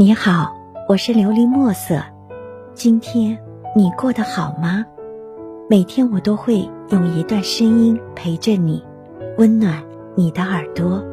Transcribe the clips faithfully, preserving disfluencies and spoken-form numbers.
你好，我是琉璃墨色。今天你过得好吗？每天我都会用一段声音陪着你，温暖你的耳朵。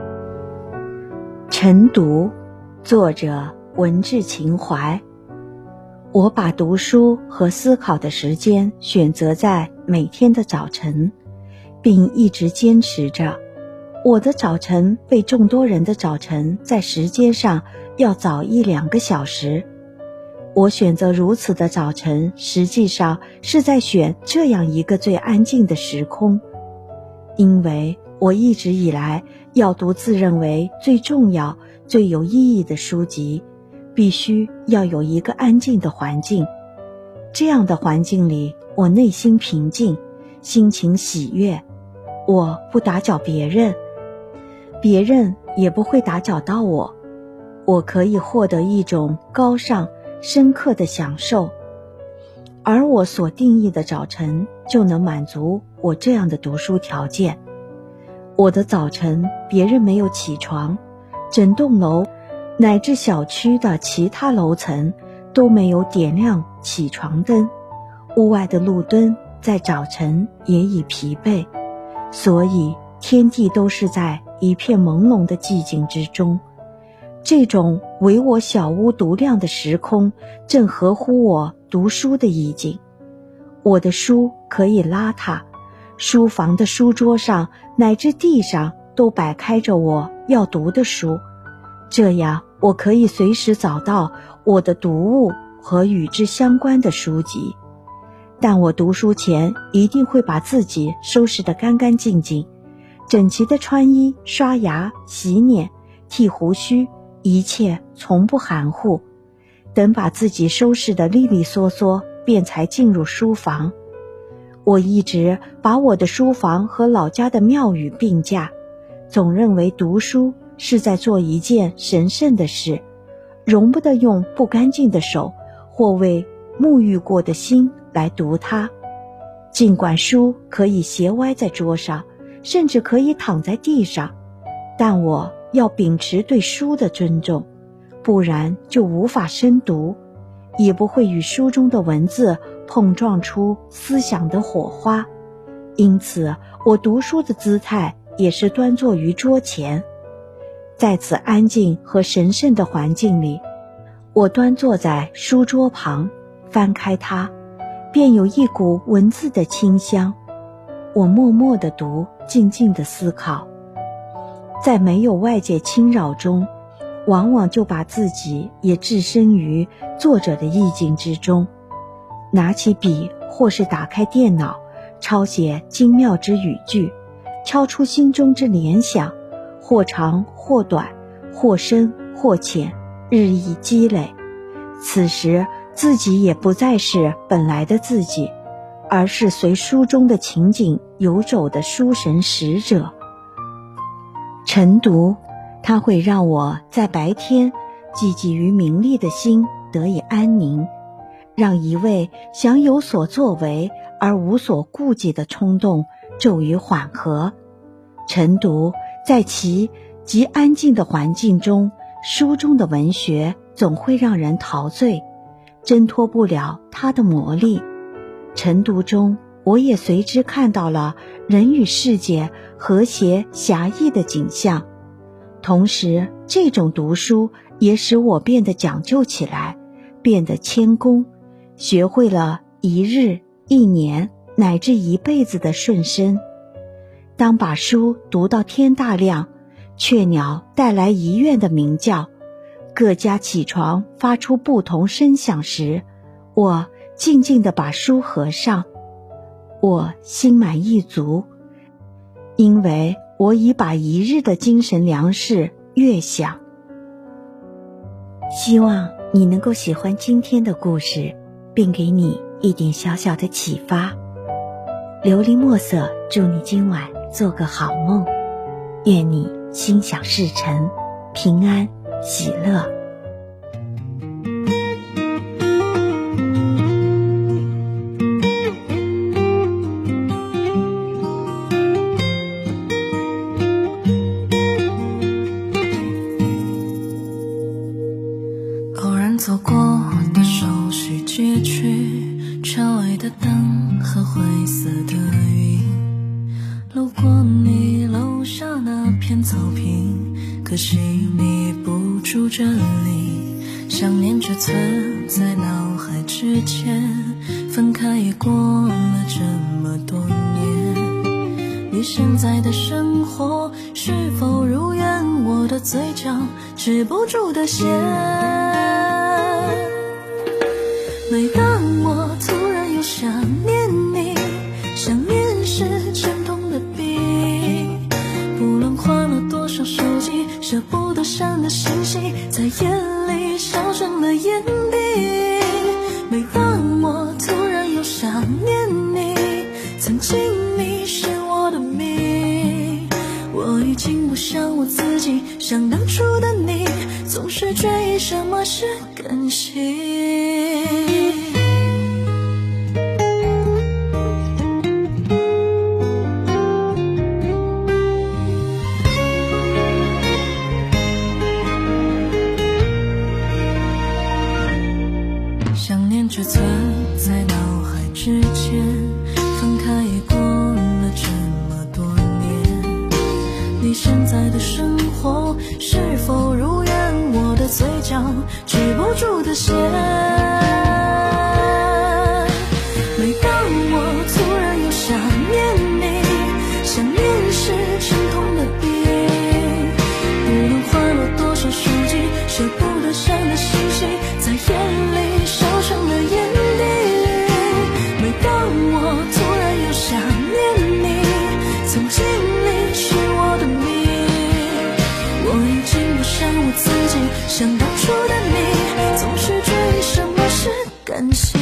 晨读，作者文志情怀。我把读书和思考的时间选择在每天的早晨，并一直坚持着。我的早晨被众多人的早晨在时间上要早一两个小时。我选择如此的早晨，实际上是在选这样一个最安静的时空。因为我一直以来要读自认为最重要、最有意义的书籍，必须要有一个安静的环境。这样的环境里，我内心平静，心情喜悦。我不打搅别人，别人也不会打搅到我。我可以获得一种高尚、深刻的享受，而我所定义的早晨就能满足我这样的读书条件。我的早晨，别人没有起床，整栋楼乃至小区的其他楼层都没有点亮起床灯，屋外的路灯在早晨也已疲惫，所以天地都是在一片朦胧的寂静之中。这种唯我小屋独亮的时空，正合乎我读书的意境。我的书可以邋遢，书房的书桌上乃至地上都摆开着我要读的书，这样我可以随时找到我的读物和与之相关的书籍。但我读书前一定会把自己收拾得干干净净，整齐的穿衣、刷牙、洗脸、剃胡须，一切从不含糊。等把自己收拾得利利索索，便才进入书房。我一直把我的书房和老家的庙宇并驾，总认为读书是在做一件神圣的事，容不得用不干净的手或未沐浴过的心来读它。尽管书可以斜歪在桌上，甚至可以躺在地上，但我要秉持对书的尊重，不然就无法深读，也不会与书中的文字碰撞出思想的火花。因此，我读书的姿态也是端坐于桌前。在此安静和神圣的环境里，我端坐在书桌旁，翻开它，便有一股文字的清香。我默默地读，静静地思考，在没有外界侵扰中，往往就把自己也置身于作者的意境之中。拿起笔或是打开电脑，抄写精妙之语句，敲出心中之联想，或长或短，或深或浅，日益积累。此时自己也不再是本来的自己，而是随书中的情景游走的书神使者。晨读，它会让我在白天汲汲于名利的心得以安宁，让一味想有所作为而无所顾忌的冲动骤于缓和。晨读，在其极安静的环境中，书中的文学总会让人陶醉，挣脱不了它的魔力。晨读中，我也随之看到了人与世界和谐侠义的景象。同时，这种读书也使我变得讲究起来，变得谦恭，学会了一日、一年乃至一辈子的顺身。当把书读到天大亮，雀鸟带来遗愿的鸣叫，各家起床发出不同声响时，我静静地把书合上。我心满意足，因为我已把一日的精神粮食悦享。希望你能够喜欢今天的故事，并给你一点小小的启发。琉璃墨色祝你今晚做个好梦，愿你心想事成，平安喜乐。 路过你楼下那片草坪，可惜你不住这里，想念只存在脑海之间，分开也过了这么多年。你现在的生活是否如愿？我的嘴角止不住的咸。每当我突然又想念你，想念是沉痛的病，不论换了多少手机，舍不得删的信息，在眼里烧成了眼底。每当我突然又想念你，曾经你是我的命，我已经不像我自己，像当初的你，总是追什么是感性。想念只存在脑海之间，分开也过了这么多年。你现在的生活是否如愿？我的嘴角止不住的咸。每当我突然又想念你，想念是沉痛的病，不论换了多少手机，舍不得删的信息，在眼里烧成了眼底。每当我突然又想念你，曾经你是我的命，我已经不像我自己，像当初的你，总是追什么是感性。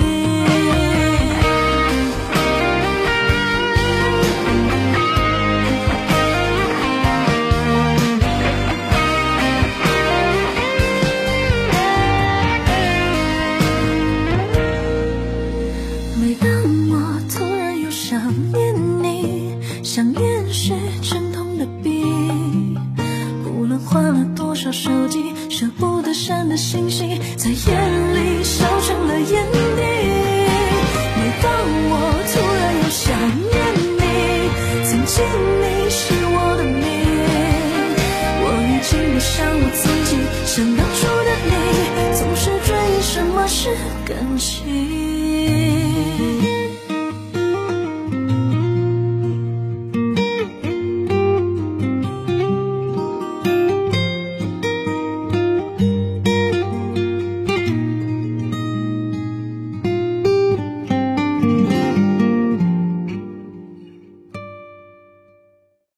每当我突然又想念你，想念是沉痛的病，不论换了多少手机，舍不得删的信息，在眼里烧成了眼底。每当我突然又想念你，曾经你是我的命，我已经不像我自己，像当初的你，总是追什么是感情。